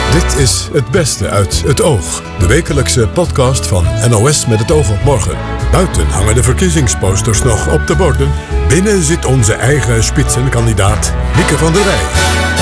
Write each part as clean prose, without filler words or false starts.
Dit is Het Beste uit Het Oog. De wekelijkse podcast van NOS met het oog op morgen. Buiten hangen de verkiezingsposters nog op de borden. Binnen zit onze eigen spitsenkandidaat Mieke van der Wij.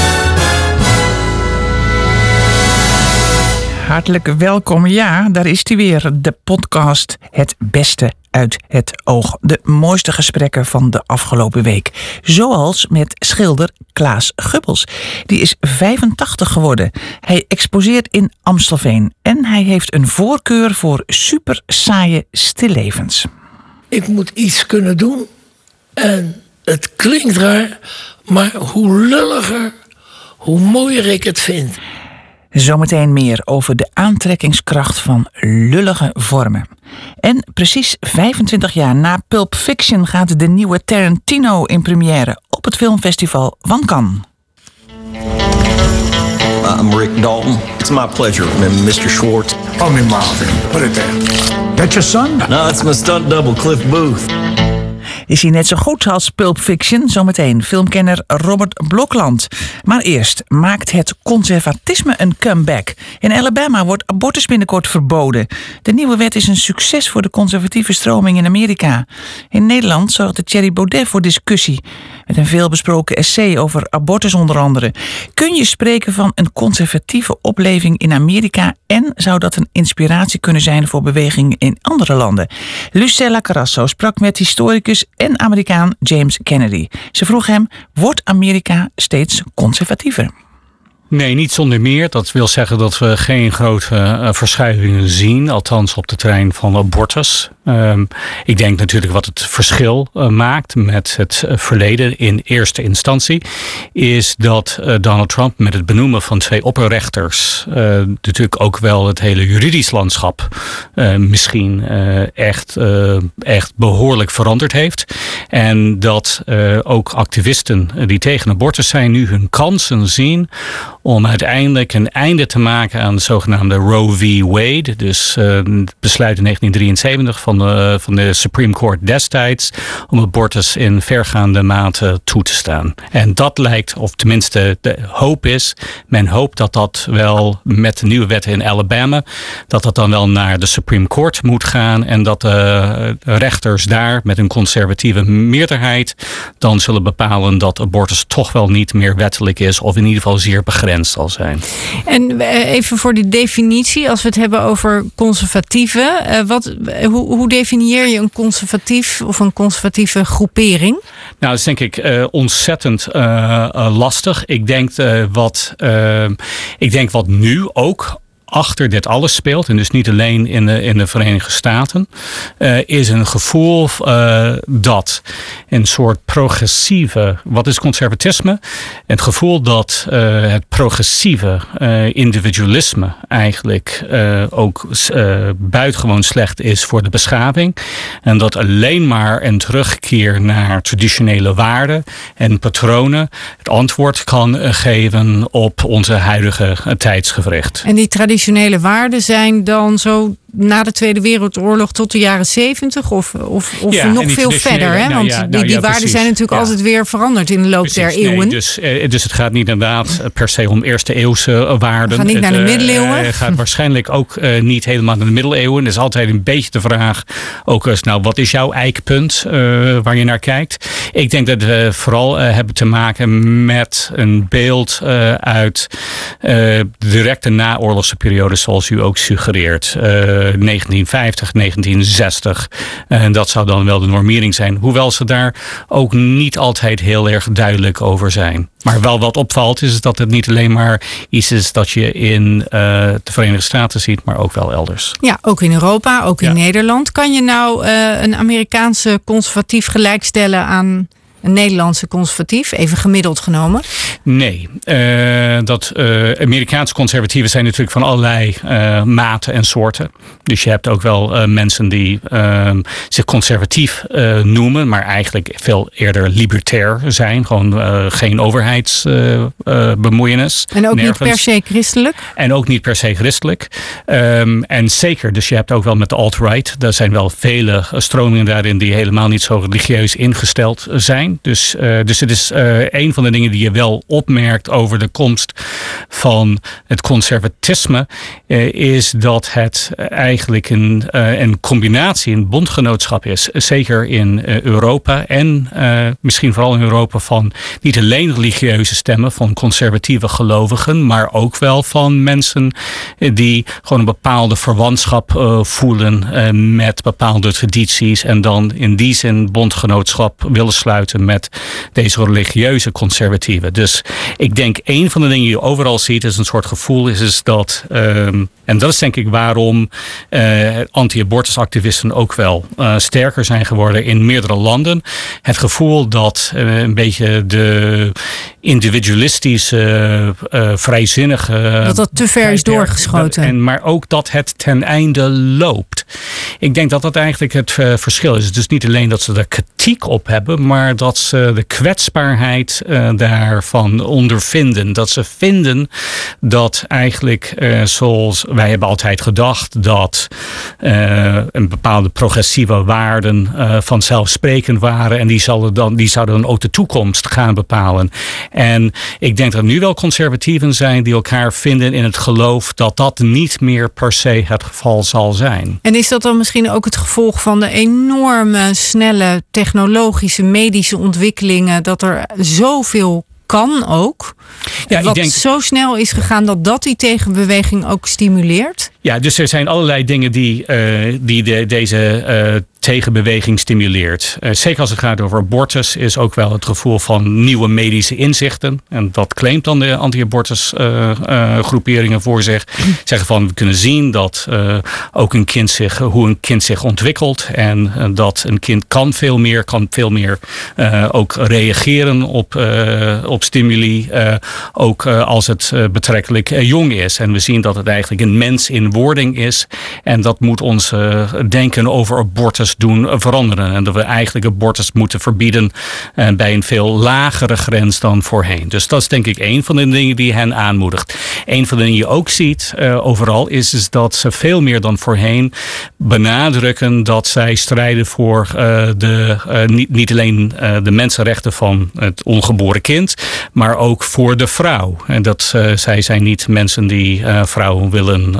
Hartelijk welkom. Ja, daar is hij weer. De podcast Het Beste uit het Oog. De mooiste gesprekken van de afgelopen week. Zoals met schilder Klaas Gubbels. Die is 85 geworden. Hij exposeert in Amstelveen. En hij heeft een voorkeur voor super saaie stillevens. Ik moet iets kunnen doen. En het klinkt raar. Maar hoe lulliger, hoe mooier ik het vind. Zometeen meer over de aantrekkingskracht van lullige vormen. En precies 25 jaar na Pulp Fiction gaat de nieuwe Tarantino in première op het filmfestival van Cannes. I'm Rick Dalton. It's my pleasure, Mr. Schwartz. Call me Marvin. Put it there. That your son? No, it's my stunt double, Cliff Booth. Is hij net zo goed als Pulp Fiction? Zometeen filmkenner Robert Blokland. Maar eerst maakt het conservatisme een comeback. In Alabama wordt abortus binnenkort verboden. De nieuwe wet is een succes voor de conservatieve stroming in Amerika. In Nederland zorgde Thierry Baudet voor discussie. Met een veelbesproken essay over abortus onder andere. Kun je spreken van een conservatieve opleving in Amerika? En zou dat een inspiratie kunnen zijn voor bewegingen in andere landen? Lucella Carrasso sprak met historicus en Amerikaan James Kennedy. Ze vroeg hem, wordt Amerika steeds conservatiever? Nee, niet zonder meer. Dat wil zeggen dat we geen grote verschuivingen zien. Althans op de terrein van abortus. Ik denk natuurlijk wat het verschil maakt met het verleden in eerste instantie. Is dat Donald Trump met het benoemen van 2 opperrechters. Natuurlijk ook wel het hele juridisch landschap misschien echt behoorlijk veranderd heeft. En dat ook activisten die tegen abortus zijn nu hun kansen zien om uiteindelijk een einde te maken aan de zogenaamde Roe v. Wade. Dus het besluit in 1973 van de Supreme Court destijds om abortus in vergaande mate toe te staan. En dat lijkt, of tenminste de hoop is, men hoopt dat dat wel met de nieuwe wetten in Alabama, dat dan wel naar de Supreme Court moet gaan en dat de rechters daar met een conservatieve meerderheid dan zullen bepalen dat abortus toch wel niet meer wettelijk is of in ieder geval zeer begrensd zal zijn. En even voor die definitie, als we het hebben over conservatieven, hoe definieer je een conservatief of een conservatieve groepering? Nou, dat is denk ik ontzettend lastig. Ik denk wat nu ook achter dit alles speelt, en dus niet alleen in de Verenigde Staten, is een gevoel dat een soort progressieve, wat is conservatisme? Het gevoel dat het progressieve individualisme eigenlijk ook buitengewoon slecht is voor de beschaving. En dat alleen maar een terugkeer naar traditionele waarden en patronen het antwoord kan geven op onze huidige tijdsgewricht. En die traditionele waarden zijn dan zo na de Tweede Wereldoorlog tot de jaren 70 of nog veel verder? Hè? Want die waarden zijn natuurlijk altijd weer veranderd in de loop der eeuwen. Nee, dus het gaat niet inderdaad per se om eerste eeuwse waarden. Het gaat niet naar de middeleeuwen. Het gaat waarschijnlijk ook niet helemaal naar de middeleeuwen. Er is altijd een beetje de vraag, ook eens, wat is jouw eikpunt waar je naar kijkt? Ik denk dat we vooral hebben te maken met een beeld uit de directe naoorlogse periode, zoals u ook suggereert. 1950, 1960. En dat zou dan wel de normering zijn. Hoewel ze daar ook niet altijd heel erg duidelijk over zijn. Maar wel wat opvalt is dat het niet alleen maar iets is dat je in de Verenigde Staten ziet, maar ook wel elders. Ja, ook in Europa, ook in Nederland. Kan je nou een Amerikaanse conservatief gelijkstellen aan een Nederlandse conservatief, even gemiddeld genomen? Nee, Amerikaanse conservatieven zijn natuurlijk van allerlei maten en soorten. Dus je hebt ook wel mensen die zich conservatief noemen, maar eigenlijk veel eerder libertair zijn. Gewoon geen overheidsbemoeienis. En ook nergens. Niet per se christelijk? En ook niet per se christelijk. En zeker, dus je hebt ook wel met de alt-right, er zijn wel vele stromingen daarin die helemaal niet zo religieus ingesteld zijn. zijn. Dus het is een van de dingen die je wel opmerkt over de komst van het conservatisme, is dat het eigenlijk een combinatie, een bondgenootschap is. Zeker in Europa en misschien vooral in Europa van niet alleen religieuze stemmen, van conservatieve gelovigen, maar ook wel van mensen die gewoon een bepaalde verwantschap voelen met bepaalde tradities en dan in die zin bondgenootschap willen sluiten met deze religieuze conservatieven. Dus ik denk een van de dingen die je overal ziet is een soort gevoel is dat, en dat is denk ik waarom anti-abortusactivisten ook wel sterker zijn geworden in meerdere landen. Het gevoel dat een beetje de individualistische, vrijzinnige... Dat te ver is doorgeschoten. Maar ook dat het ten einde loopt. Ik denk dat dat eigenlijk het verschil is. Het is niet alleen dat ze er kritiek op hebben, maar dat ze de kwetsbaarheid daarvan ondervinden. Dat ze vinden dat eigenlijk, zoals wij hebben altijd gedacht, dat een bepaalde progressieve waarden vanzelfsprekend waren en die zouden dan ook de toekomst gaan bepalen. En ik denk dat er nu wel conservatieven zijn die elkaar vinden in het geloof dat dat niet meer per se het geval zal zijn. En is dat dan misschien ook het gevolg van de enorme, snelle technologische, medische ontwikkelingen, dat er zoveel kan ook? Ja, wat zo snel is gegaan dat die tegenbeweging ook stimuleert? Ja, dus er zijn allerlei dingen die deze tegenbeweging stimuleert. Zeker als het gaat over abortus is ook wel het gevoel van nieuwe medische inzichten. En dat claimt dan de anti-abortus groeperingen voor zich. Zeggen van we kunnen zien dat ook hoe een kind zich ontwikkelt. En dat een kind kan veel meer ook reageren op stimuli. Ook als het betrekkelijk jong is. En we zien dat het eigenlijk een mens in wording is. En dat moet ons denken over abortus doen veranderen. En dat we eigenlijk abortus moeten verbieden bij een veel lagere grens dan voorheen. Dus dat is denk ik een van de dingen die hen aanmoedigt. Een van de dingen die je ook ziet overal is dat ze veel meer dan voorheen benadrukken dat zij strijden voor niet alleen de mensenrechten van het ongeboren kind, maar ook voor de vrouw. En dat zij zijn niet mensen die vrouwen willen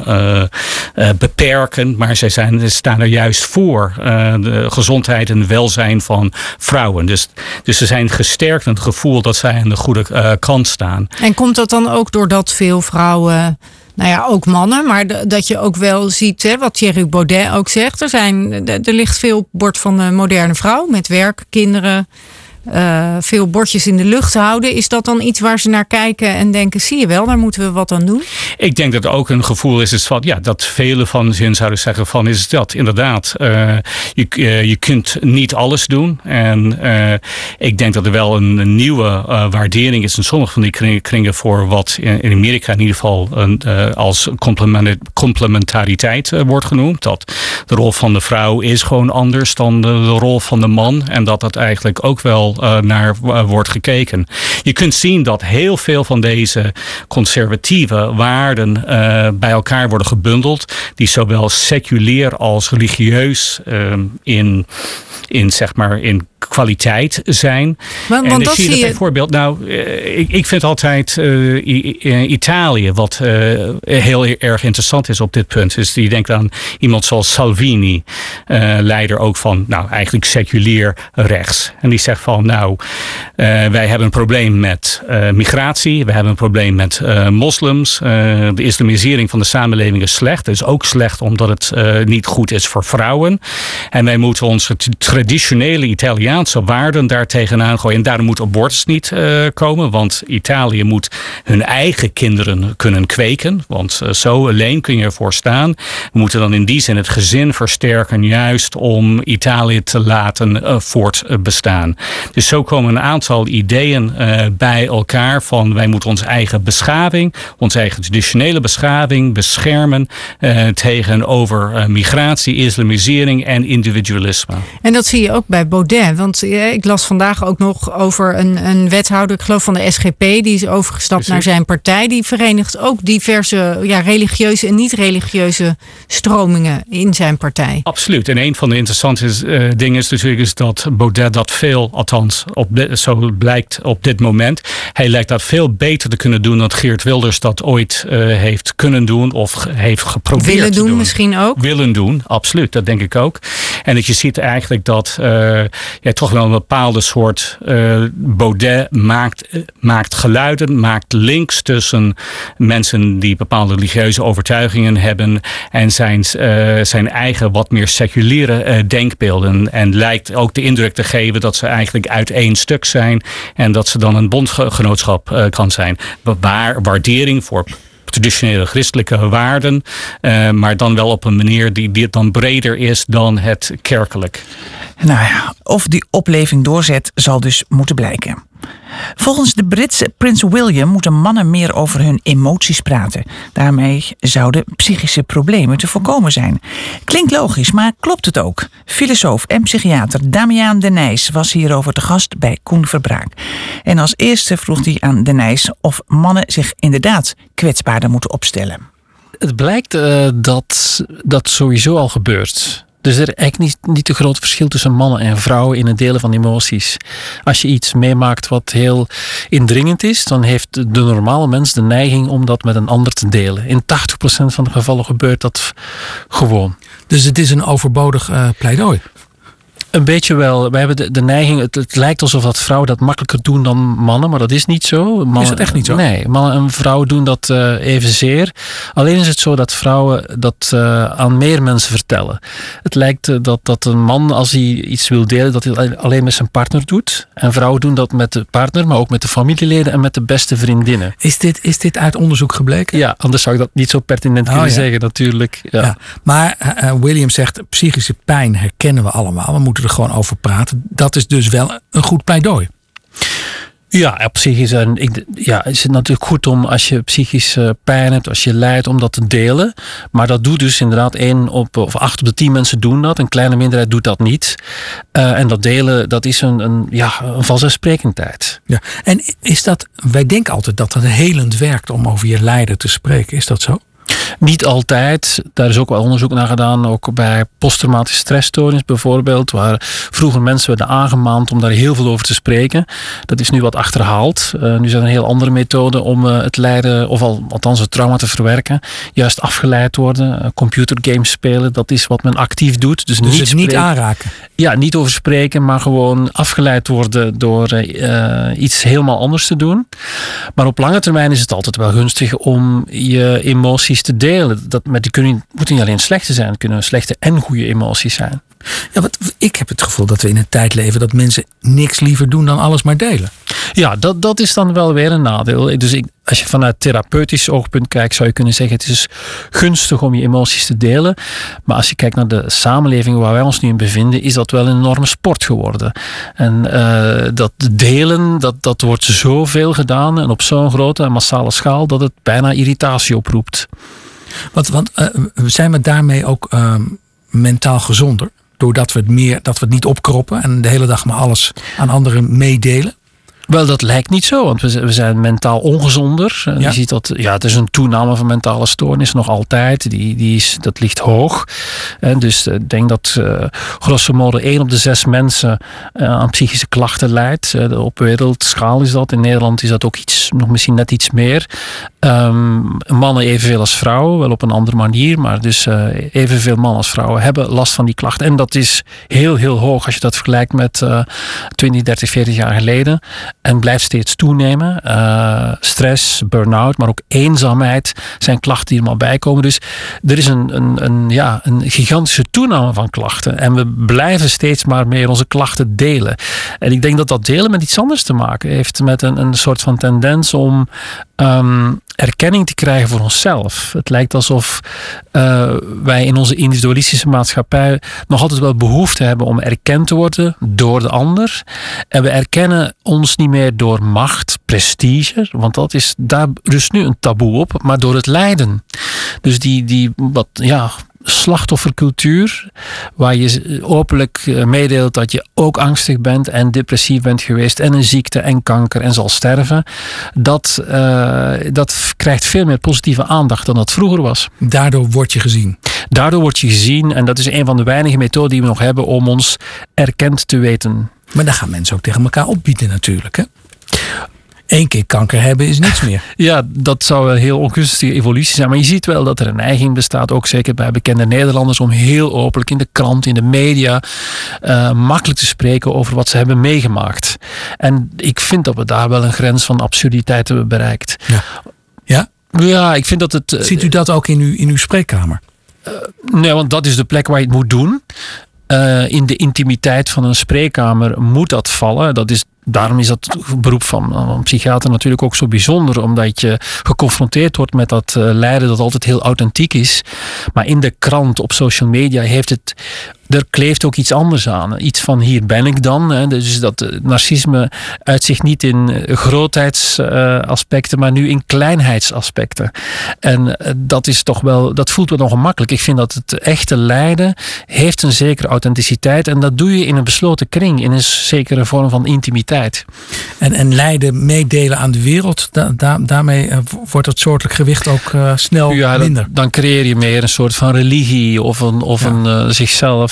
beperken, maar zij staan er juist voor de gezondheid en welzijn van vrouwen. Dus ze zijn gesterkt in het gevoel dat zij aan de goede kant staan. En komt dat dan ook doordat veel vrouwen, nou ja, ook mannen, maar dat je ook wel ziet, wat Thierry Baudet ook zegt, er ligt veel op het bord van de moderne vrouw met werk, kinderen, veel bordjes in de lucht houden. Is dat dan iets waar ze naar kijken en denken, zie je wel, daar moeten we wat aan doen? Ik denk dat er ook een gevoel is van, ja, dat velen van zin zouden zeggen van, is dat inderdaad, je kunt niet alles doen. En ik denk dat er wel een nieuwe waardering is in sommige van die kringen voor wat in Amerika in ieder geval als complementariteit wordt genoemd. Dat de rol van de vrouw is gewoon anders dan de rol van de man. En dat eigenlijk ook wel naar wordt gekeken. Je kunt zien dat heel veel van deze conservatieve waarden bij elkaar worden gebundeld, die zowel seculier als religieus in kwaliteit zijn. Want dat zie je bijvoorbeeld, ik vind altijd Italië, wat heel erg interessant is op dit punt, is die denkt aan iemand zoals Salvini, leider ook van, eigenlijk seculier rechts. En die zegt van, wij hebben een probleem met migratie, we hebben een probleem met moslims, de islamisering van de samenleving is slecht. Het is ook slecht omdat het niet goed is voor vrouwen. En wij moeten onze traditionele Italiaanse waarden daar tegenaan gooien. En daarom moet abortus niet komen, want Italië moet hun eigen kinderen kunnen kweken. Want zo alleen kun je ervoor staan. We moeten dan in die zin het gezin versterken, juist om Italië te laten voortbestaan. Dus zo komen een aantal ideeën bij elkaar van wij moeten onze eigen beschaving, onze eigen traditionele beschaving beschermen tegenover migratie, islamisering en individualisme. En dat zie je ook bij Baudet. Want ik las vandaag ook nog over een wethouder, ik geloof van de SGP, die is overgestapt naar zijn partij. Die verenigt ook diverse religieuze en niet-religieuze stromingen in zijn partij. Absoluut. En een van de interessante dingen is natuurlijk dat Baudet dat veel, althans Althans, zo blijkt op dit moment. Hij lijkt dat veel beter te kunnen doen dan Geert Wilders dat ooit heeft kunnen doen of heeft geprobeerd willen te doen. Misschien ook. Willen doen, absoluut. Dat denk ik ook. En dat je ziet eigenlijk dat jij toch wel een bepaalde soort Baudet maakt geluiden, maakt links tussen mensen die bepaalde religieuze overtuigingen hebben en zijn eigen wat meer seculiere denkbeelden. En lijkt ook de indruk te geven dat ze eigenlijk uit één stuk zijn en dat ze dan een bondgenootschap kan zijn. Waardering voor traditionele christelijke waarden, maar dan wel op een manier die dan breder is dan het kerkelijk. Nou ja, of die opleving doorzet zal dus moeten blijken. Volgens de Britse prins William moeten mannen meer over hun emoties praten. Daarmee zouden psychische problemen te voorkomen zijn. Klinkt logisch, maar klopt het ook? Filosoof en psychiater Damiaan de Nijs was hierover te gast bij Koen Verbraak. En als eerste vroeg hij aan de Nijs of mannen zich inderdaad kwetsbaarder moeten opstellen. Het blijkt dat dat sowieso al gebeurt. Dus er is eigenlijk niet te groot verschil tussen mannen en vrouwen in het delen van emoties. Als je iets meemaakt wat heel indringend is, dan heeft de normale mens de neiging om dat met een ander te delen. In 80% van de gevallen gebeurt dat gewoon. Dus het is een overbodig pleidooi? Een beetje wel. Wij hebben de neiging, het lijkt alsof dat vrouwen dat makkelijker doen dan mannen, maar dat is niet zo. Mannen, is dat echt niet zo? Nee, mannen en vrouwen doen dat evenzeer. Alleen is het zo dat vrouwen dat aan meer mensen vertellen. Het lijkt dat een man, als hij iets wil delen, dat hij alleen met zijn partner doet. En vrouwen doen dat met de partner, maar ook met de familieleden en met de beste vriendinnen. Is dit uit onderzoek gebleken? Ja, anders zou ik dat niet zo pertinent kunnen zeggen natuurlijk. Ja. Maar William zegt, psychische pijn herkennen we allemaal. We moeten er gewoon over praten. Dat is dus wel een goed pleidooi. Ja, op zich is het natuurlijk goed om als je psychische pijn hebt, als je lijdt, om dat te delen. Maar dat doet dus inderdaad 1 op 8 op de 10 mensen doen dat. Een kleine minderheid doet dat niet. En dat delen, dat is een vanzelfsprekendheid. Ja. En is dat, wij denken altijd dat het helend werkt om over je lijden te spreken. Is dat zo? Niet altijd. Daar is ook wel onderzoek naar gedaan. Ook bij posttraumatische stressstoornis bijvoorbeeld. Waar vroeger mensen werden aangemaand om daar heel veel over te spreken. Dat is nu wat achterhaald. Nu zijn er heel andere methoden om het lijden, of althans het trauma te verwerken. Juist afgeleid worden. Computergames spelen. Dat is wat men actief doet. Dus niet aanraken. Ja, niet over spreken, maar gewoon afgeleid worden door iets helemaal anders te doen. Maar op lange termijn is het altijd wel gunstig om je emoties te delen. Maar die moeten niet alleen slechte zijn. Het kunnen slechte en goede emoties zijn. Ja, ik heb het gevoel dat we in een tijd leven dat mensen niks liever doen dan alles maar delen. Ja, dat is dan wel weer een nadeel. Dus als je vanuit therapeutisch oogpunt kijkt, zou je kunnen zeggen het is gunstig om je emoties te delen. Maar als je kijkt naar de samenleving waar wij ons nu in bevinden, is dat wel een enorme sport geworden. En dat delen, dat wordt zoveel gedaan en op zo'n grote en massale schaal dat het bijna irritatie oproept. Want zijn we daarmee ook mentaal gezonder? Doordat we het niet opkroppen en de hele dag maar alles aan anderen meedelen? Wel, dat lijkt niet zo, want we zijn mentaal ongezonder. Ja. Je ziet dat, het is een toename van mentale stoornis nog altijd. Dat ligt hoog. Dus ik denk dat grosso modo 1 op de 6 mensen aan psychische klachten lijdt. Op wereldschaal is dat. In Nederland is dat ook nog misschien net iets meer. Mannen evenveel als vrouwen, wel op een andere manier. Maar dus evenveel mannen als vrouwen hebben last van die klachten. En dat is heel, heel hoog als je dat vergelijkt met 20, 30, 40 jaar geleden. En blijft steeds toenemen. Stress, burn-out, maar ook eenzaamheid zijn klachten die er maar bij komen. Dus er is een gigantische toename van klachten. En we blijven steeds maar meer onze klachten delen. En ik denk dat dat delen met iets anders te maken heeft. Met een soort van tendens om erkenning te krijgen voor onszelf. Het lijkt alsof wij in onze individualistische maatschappij nog altijd wel behoefte hebben om erkend te worden door de ander. En we erkennen ons niet meer door macht, prestige, want daar rust nu een taboe op, maar door het lijden. Dus die slachtoffercultuur, waar je openlijk meedeelt dat je ook angstig bent en depressief bent geweest en een ziekte en kanker en zal sterven, dat krijgt veel meer positieve aandacht dan dat vroeger was. Daardoor word je gezien. Daardoor word je gezien en dat is een van de weinige methoden die we nog hebben om ons erkend te weten Maar dan gaan mensen ook tegen elkaar opbieden natuurlijk, hè? 1 keer kanker hebben is niets meer. Ja, dat zou een heel ongunstige evolutie zijn. Maar je ziet wel dat er een neiging bestaat, ook zeker bij bekende Nederlanders, om heel openlijk in de krant, in de media, makkelijk te spreken over wat ze hebben meegemaakt. En ik vind dat we daar wel een grens van absurditeit hebben bereikt. Ja? Ja? Ja, ik vind dat het... Ziet u dat ook in uw spreekkamer? Nee, want dat is de plek waar je het moet doen. In de intimiteit van een spreekkamer moet dat vallen. Daarom is dat beroep van een psychiater natuurlijk ook zo bijzonder. Omdat je geconfronteerd wordt met dat lijden dat altijd heel authentiek is. Maar in de krant, op social media, er kleeft ook iets anders aan. Iets van hier ben ik dan. Hè. Dus dat narcisme uit zich niet in grootheidsaspecten, maar nu in kleinheidsaspecten. En dat is toch wel, dat voelt wel nog ongemakkelijk. Ik vind dat het echte lijden heeft een zekere authenticiteit. En dat doe je in een besloten kring, in een zekere vorm van intimiteit. En lijden, meedelen aan de wereld, daarmee wordt het soortelijk gewicht ook snel minder. Dan creëer je meer een soort van religie of een zichzelf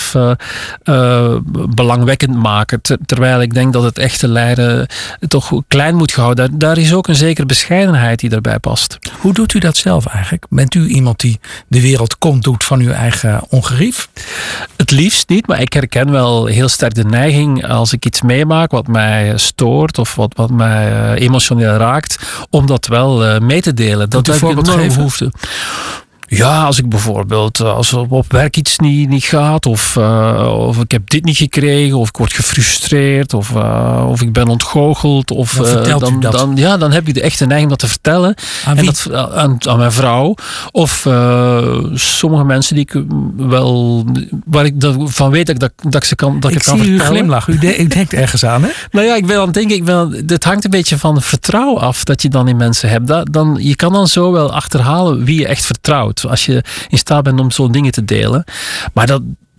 belangwekkend maken. Terwijl ik denk dat het echte lijden toch klein moet gehouden. Daar is ook een zekere bescheidenheid die daarbij past. Hoe doet u dat zelf eigenlijk? Bent u iemand die de wereld doet van uw eigen ongerief? Het liefst niet, maar ik herken wel heel sterk de neiging als ik iets meemaak wat mij stoort of wat mij emotioneel raakt, om dat wel mee te delen. Dat heb ik een enorme behoefte. Ja, als ik bijvoorbeeld als op werk iets niet gaat of ik heb dit niet gekregen of ik word gefrustreerd of ik ben ontgoocheld of dan heb ik de echte neiging dat te vertellen. Aan wie? Aan mijn vrouw of sommige mensen die ik wel waar ik van weet dat ik ze kan dat ik kan vertellen. Ik zie u glimlach. U denkt ergens aan, hè? Nou ja, ik ben aan het denken, het hangt een beetje van vertrouwen af dat je dan in mensen hebt. Je kan dan zo wel achterhalen wie je echt vertrouwt. Als je in staat bent om zo'n dingen te delen. Maar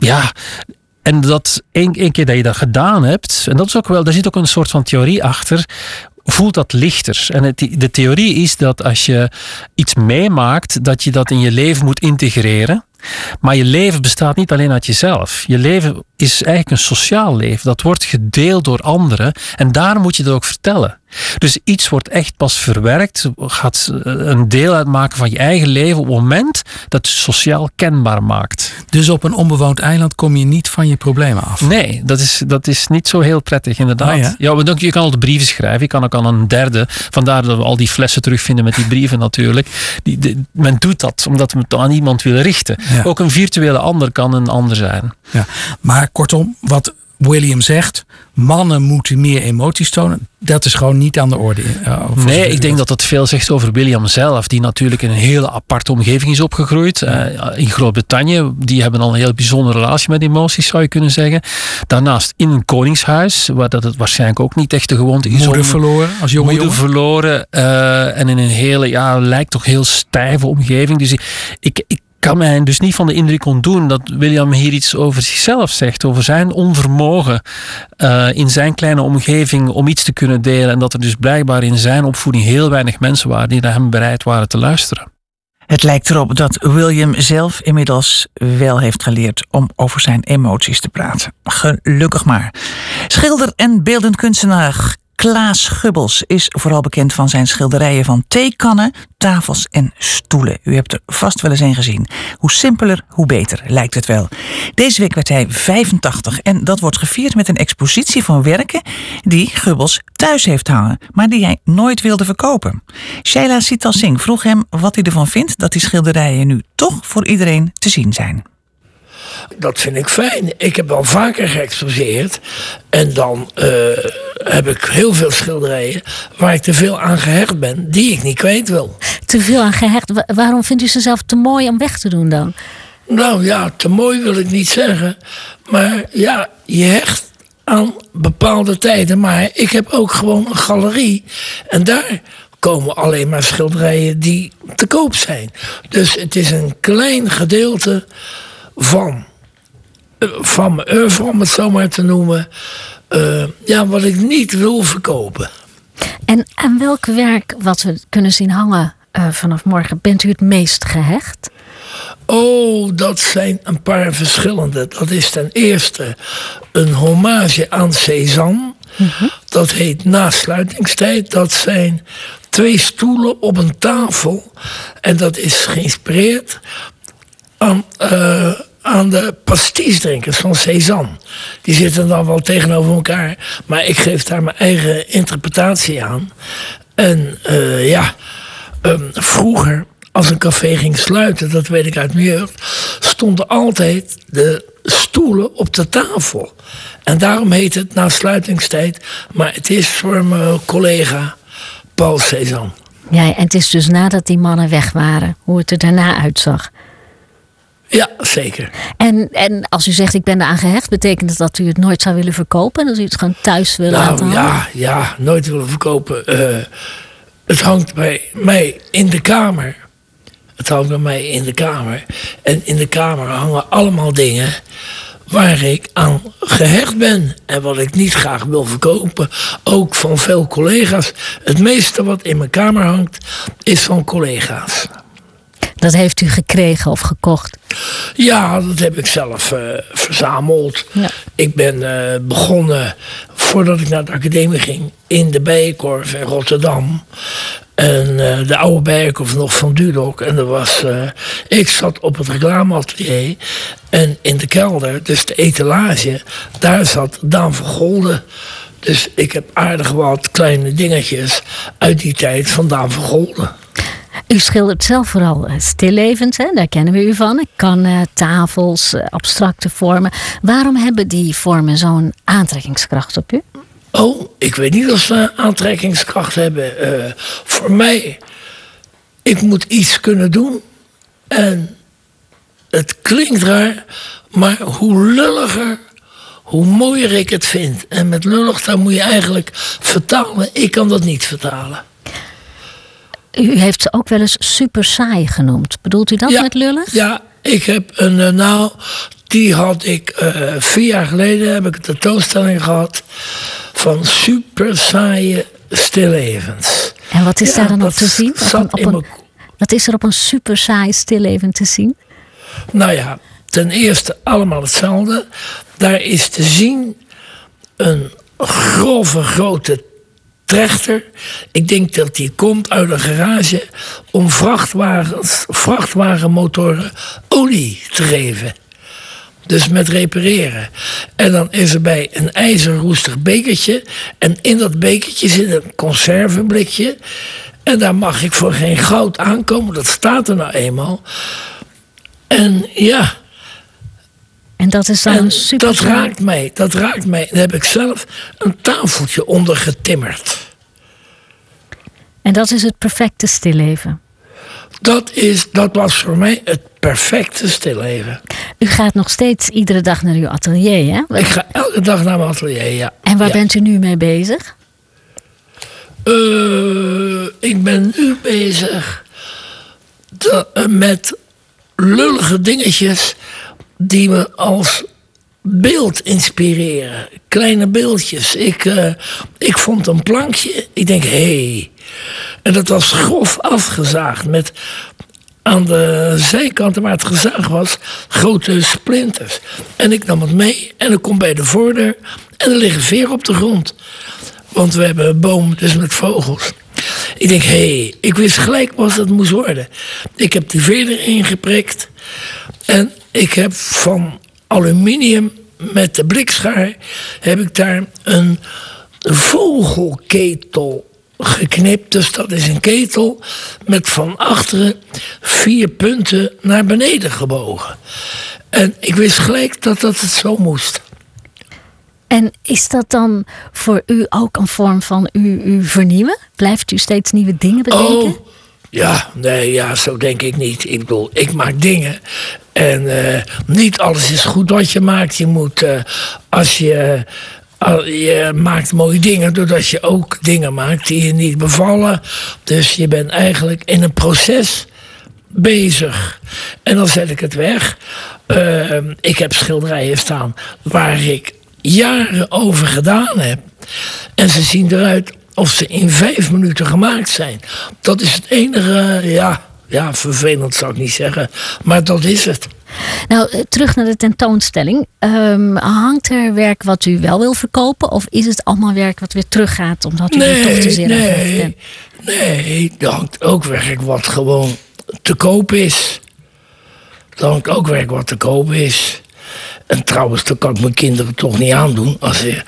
één keer dat je dat gedaan hebt, en dat is ook wel, daar zit ook een soort van theorie achter, voelt dat lichter. En de theorie is dat als je iets meemaakt, dat je dat in je leven moet integreren. Maar je leven bestaat niet alleen uit jezelf. Je leven is eigenlijk een sociaal leven. Dat wordt gedeeld door anderen. En daar moet je dat ook vertellen. Dus iets wordt echt pas verwerkt. Gaat een deel uitmaken van je eigen leven op het moment dat het sociaal kenbaar maakt. Dus op een onbewoond eiland kom je niet van je problemen af? Nee, dat is niet zo heel prettig inderdaad. Ja, je kan altijd brieven schrijven. Je kan ook aan een derde. Vandaar dat we al die flessen terugvinden met die brieven natuurlijk. Men doet dat omdat we het aan iemand willen richten. Ja. Ook een virtuele ander kan een ander zijn. Ja. Maar kortom, wat William zegt, mannen moeten meer emoties tonen. Dat is gewoon niet aan de orde. Nee, ik denk dat dat veel zegt over William zelf. Die natuurlijk in een hele aparte omgeving is opgegroeid. In Groot-Brittannië. Die hebben al een heel bijzondere relatie met emoties, zou je kunnen zeggen. Daarnaast in een koningshuis. Waar dat het waarschijnlijk ook niet echt de gewoonte is. Moeder verloren als jonge jongen. Moeder verloren. En in een hele, lijkt toch heel stijve omgeving. Dus ik kan mij dus niet van de indruk ontdoen dat William hier iets over zichzelf zegt. Over zijn onvermogen in zijn kleine omgeving om iets te kunnen delen. En dat er dus blijkbaar in zijn opvoeding heel weinig mensen waren die naar hem bereid waren te luisteren. Het lijkt erop dat William zelf inmiddels wel heeft geleerd om over zijn emoties te praten. Gelukkig maar. Schilder en beeldend kunstenaar Klaas Gubbels is vooral bekend van zijn schilderijen van theekannen, tafels en stoelen. U hebt er vast wel eens een gezien. Hoe simpeler, hoe beter, lijkt het wel. Deze week werd hij 85 en dat wordt gevierd met een expositie van werken die Gubbels thuis heeft hangen, maar die hij nooit wilde verkopen. Shaila Sital Singh vroeg hem wat hij ervan vindt dat die schilderijen nu toch voor iedereen te zien zijn. Dat vind ik fijn. Ik heb al vaker geëxposeerd. En dan heb ik heel veel schilderijen waar ik te veel aan gehecht ben, die ik niet kwijt wil. Te veel aan gehecht? Waarom vindt u ze zelf te mooi om weg te doen dan? Nou ja, te mooi wil ik niet zeggen. Maar ja, je hecht aan bepaalde tijden. Maar ik heb ook gewoon een galerie. En daar komen alleen maar schilderijen die te koop zijn. Dus het is een klein gedeelte van mijn oeuvre, om het zo maar te noemen, wat ik niet wil verkopen. En aan welk werk wat we kunnen zien hangen vanaf morgen bent u het meest gehecht? Oh, dat zijn een paar verschillende. Dat is ten eerste een hommage aan Cézanne. Dat heet Nasluitingstijd. Dat zijn 2 stoelen op een tafel. En dat is geïnspireerd aan de pastisdrinkers van Cézanne. Die zitten dan wel tegenover elkaar. Maar ik geef daar mijn eigen interpretatie aan. En vroeger, als een café ging sluiten, dat weet ik uit mijn jeugd, stonden altijd de stoelen op de tafel. En daarom heet het Nasluitingstijd. Maar het is voor mijn collega Paul Cézanne. Ja, en het is dus nadat die mannen weg waren, hoe het er daarna uitzag. Ja, zeker. En als u zegt ik ben eraan gehecht, betekent dat u het nooit zou willen verkopen? Dat u het gewoon thuis wil laten hangen? Ja, nooit willen verkopen. Het hangt bij mij in de kamer. En in de kamer hangen allemaal dingen waar ik aan gehecht ben. En wat ik niet graag wil verkopen. Ook van veel collega's. Het meeste wat in mijn kamer hangt is van collega's. Dat heeft u gekregen of gekocht? Ja, dat heb ik zelf verzameld. Ja. Ik ben begonnen, voordat ik naar de academie ging, in de Bijenkorf in Rotterdam. En de oude Bijenkorf nog van Dudok. En ik zat op het reclameatelier. En in de kelder, dus de etalage, daar zat Daan van Golden. Dus ik heb aardig wat kleine dingetjes uit die tijd van Daan van Golden. U schildert zelf vooral stillevens, hè? Daar kennen we u van. Kannen, tafels, abstracte vormen. Waarom hebben die vormen zo'n aantrekkingskracht op u? Oh, ik weet niet of ze aantrekkingskracht hebben. Voor mij, ik moet iets kunnen doen. En het klinkt raar, maar hoe lulliger, hoe mooier ik het vind. En met lullig, daar moet je eigenlijk vertalen. Ik kan dat niet vertalen. U heeft ze ook wel eens super saai genoemd. Bedoelt u dat met lullig? Ja, ik heb die had ik 4 jaar geleden, heb ik een tentoonstelling gehad van super saaie stillevens. En wat is daar dan op te zien? Wat is er op een super saai stilleven te zien? Nou ja, ten eerste allemaal hetzelfde. Daar is te zien een grove grote trechter. Ik denk dat die komt uit een garage om vrachtwagenmotoren olie te geven. Dus met repareren. En dan is er bij een ijzerroestig bekertje. En in dat bekertje zit een conserveblikje. En daar mag ik voor geen goud aankomen. Dat staat er nou eenmaal. En ja. En dat is dan een super. Dat raakt mij. Daar heb ik zelf een tafeltje onder getimmerd. En dat is het perfecte stilleven. Dat was voor mij het perfecte stilleven. U gaat nog steeds iedere dag naar uw atelier, hè? Ik ga elke dag naar mijn atelier, ja. En waar bent u nu mee bezig? Ik ben nu bezig met lullige dingetjes die me als beeld inspireren. Kleine beeldjes. Ik vond een plankje. Ik denk, hé. En dat was grof afgezaagd met aan de zijkanten waar het gezaagd was grote splinters. En ik nam het mee en ik kom bij de voordeur en er liggen veren op de grond. Want we hebben een boom dus met vogels. Ik denk, hé, ik wist gelijk wat het moest worden. Ik heb die veer erin geprikt. En ik heb van aluminium met de blikschaar heb ik daar een vogelketel geknipt. Dus dat is een ketel met van achteren 4 punten naar beneden gebogen. En ik wist gelijk dat het zo moest. En is dat dan voor u ook een vorm van u vernieuwen? Blijft u steeds nieuwe dingen bedenken? Oh, zo denk ik niet. Ik bedoel, ik maak dingen. En niet alles is goed wat je maakt. Je moet, je maakt mooie dingen doordat je ook dingen maakt die je niet bevallen. Dus je bent eigenlijk in een proces bezig. En dan zet ik het weg. Ik heb schilderijen staan waar ik jaren over gedaan heb. En ze zien eruit of ze in 5 minuten gemaakt zijn. Dat is het enige, Ja, vervelend zou ik niet zeggen. Maar dat is het. Nou, terug naar de tentoonstelling. Hangt er werk wat u wel wil verkopen? Of is het allemaal werk wat weer teruggaat omdat u er toch te zeer aan bent? Nee, er hangt ook werk wat gewoon te koop is. Er hangt ook werk wat te koop is. En trouwens, dat kan ik mijn kinderen toch niet aandoen.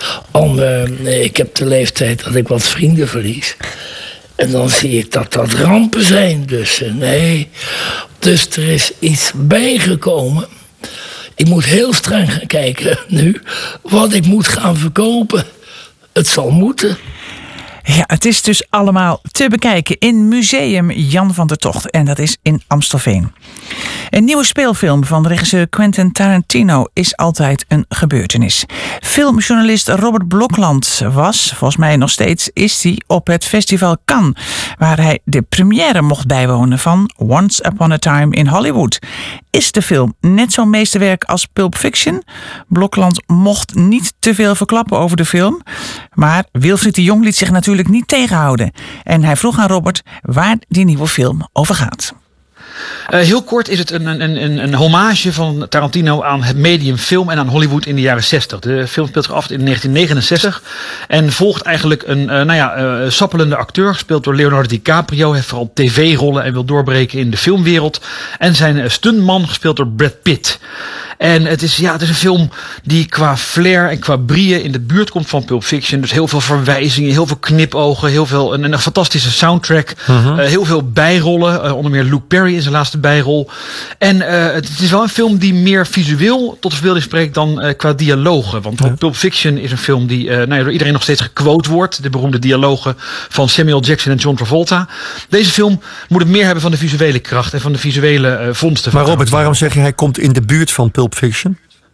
Ik heb de leeftijd dat ik wat vrienden verlies. En dan zie ik dat rampen zijn. Dus nee. Dus er is iets bijgekomen. Ik moet heel streng gaan kijken nu wat ik moet gaan verkopen. Het zal moeten. Ja, het is dus allemaal te bekijken in Museum Jan van der Togt. En dat is in Amstelveen. Een nieuwe speelfilm van regisseur Quentin Tarantino is altijd een gebeurtenis. Filmjournalist Robert Blokland was, volgens mij nog steeds, is hij op het festival Cannes, waar hij de première mocht bijwonen van Once Upon a Time in Hollywood. Is de film net zo'n meesterwerk als Pulp Fiction? Blokland mocht niet te veel verklappen over de film, maar Wilfried de Jong liet zich natuurlijk niet tegenhouden. En hij vroeg aan Robert waar die nieuwe film over gaat. Heel kort is het een hommage van Tarantino aan het medium film en aan Hollywood in de jaren 60. De film speelt zich af in 1969 en volgt eigenlijk een sappelende acteur, gespeeld door Leonardo DiCaprio. Heeft vooral tv-rollen en wil doorbreken in de filmwereld. En zijn stuntman, gespeeld door Brad Pitt. En het is een film die qua flair en qua brieën in de buurt komt van Pulp Fiction. Dus heel veel verwijzingen, heel veel knipogen, heel veel een fantastische soundtrack. Heel veel bijrollen, onder meer Luke Perry in zijn laatste bijrol. En het is wel een film die meer visueel tot de verbeelding spreekt dan qua dialogen. Want Pulp Fiction is een film die door iedereen nog steeds gequote wordt. De beroemde dialogen van Samuel Jackson en John Travolta. Deze film moet het meer hebben van de visuele kracht en van de visuele vondsten. Maar Robert, waarom zeg je hij komt in de buurt van Pulp Fiction?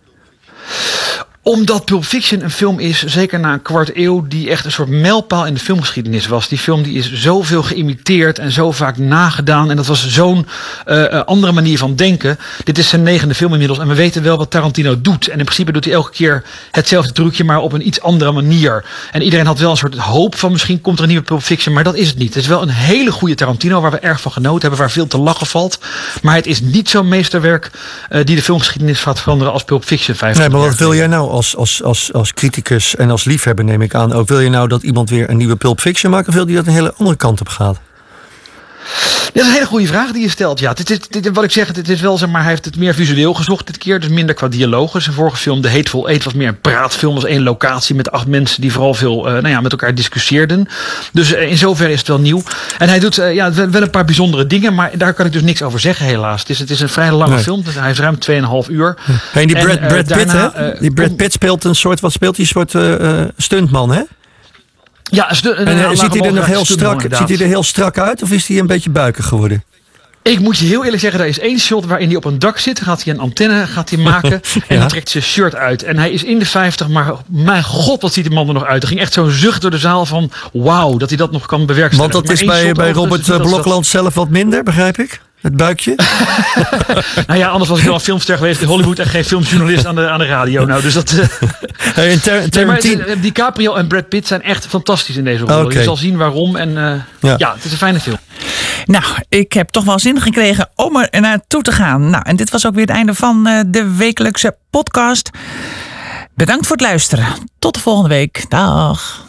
Omdat Pulp Fiction een film is, zeker na een kwart eeuw, die echt een soort mijlpaal in de filmgeschiedenis was. Die film die is zoveel geïmiteerd en zo vaak nagedaan. En dat was zo'n andere manier van denken. Dit is zijn 9e film inmiddels. En we weten wel wat Tarantino doet. En in principe doet hij elke keer hetzelfde trucje, maar op een iets andere manier. En iedereen had wel een soort hoop van misschien komt er een nieuwe Pulp Fiction. Maar dat is het niet. Het is wel een hele goede Tarantino waar we erg van genoten hebben. Waar veel te lachen valt. Maar het is niet zo'n meesterwerk die de filmgeschiedenis gaat veranderen als Pulp Fiction 50 Nee, maar wat wil jij nou als criticus en als liefhebber, neem ik aan ook? Wil je nou dat iemand weer een nieuwe Pulp Fiction maakt, of wil die dat een hele andere kant op gaat? Dat is een hele goede vraag die je stelt. Ja, wat ik zeg, het is wel, zeg maar, hij heeft het meer visueel gezocht dit keer, dus minder qua dialogen. Zijn vorige film, The Hateful Eight, was meer een praatfilm. Was 1 locatie met 8 mensen die vooral veel met elkaar discussieerden. Dus in zoverre is het wel nieuw. En hij doet wel een paar bijzondere dingen, maar daar kan ik dus niks over zeggen, helaas. Het is een vrij lange film, dus hij is ruim 2,5 uur. En die Brad Pitt, hè? Die Brad Pitt speelt een soort, wat speelt hij? Een soort stuntman, hè? Ja, en ziet hij er nog heel strak uit, of is hij een beetje buikig geworden? Ik moet je heel eerlijk zeggen, er is 1 shot waarin hij op een dak zit. Gaat hij een antenne maken en dan trekt zijn shirt uit. En hij is in de 50, maar mijn god, wat ziet die man er nog uit. Er ging echt zo'n zucht door de zaal van wauw, dat hij dat nog kan bewerkstelligen. Want dat is bij Robert Blokland zelf wat minder, begrijp ik? Het buikje? Nou ja, anders was ik wel een filmster geweest in Hollywood en geen filmjournalist aan de radio. Nou, dus dat. DiCaprio en Brad Pitt zijn echt fantastisch in deze rol. Okay. Je zal zien waarom. En het is een fijne film. Nou, ik heb toch wel zin gekregen om er naartoe te gaan. Nou, en dit was ook weer het einde van de wekelijkse podcast. Bedankt voor het luisteren. Tot de volgende week. Dag.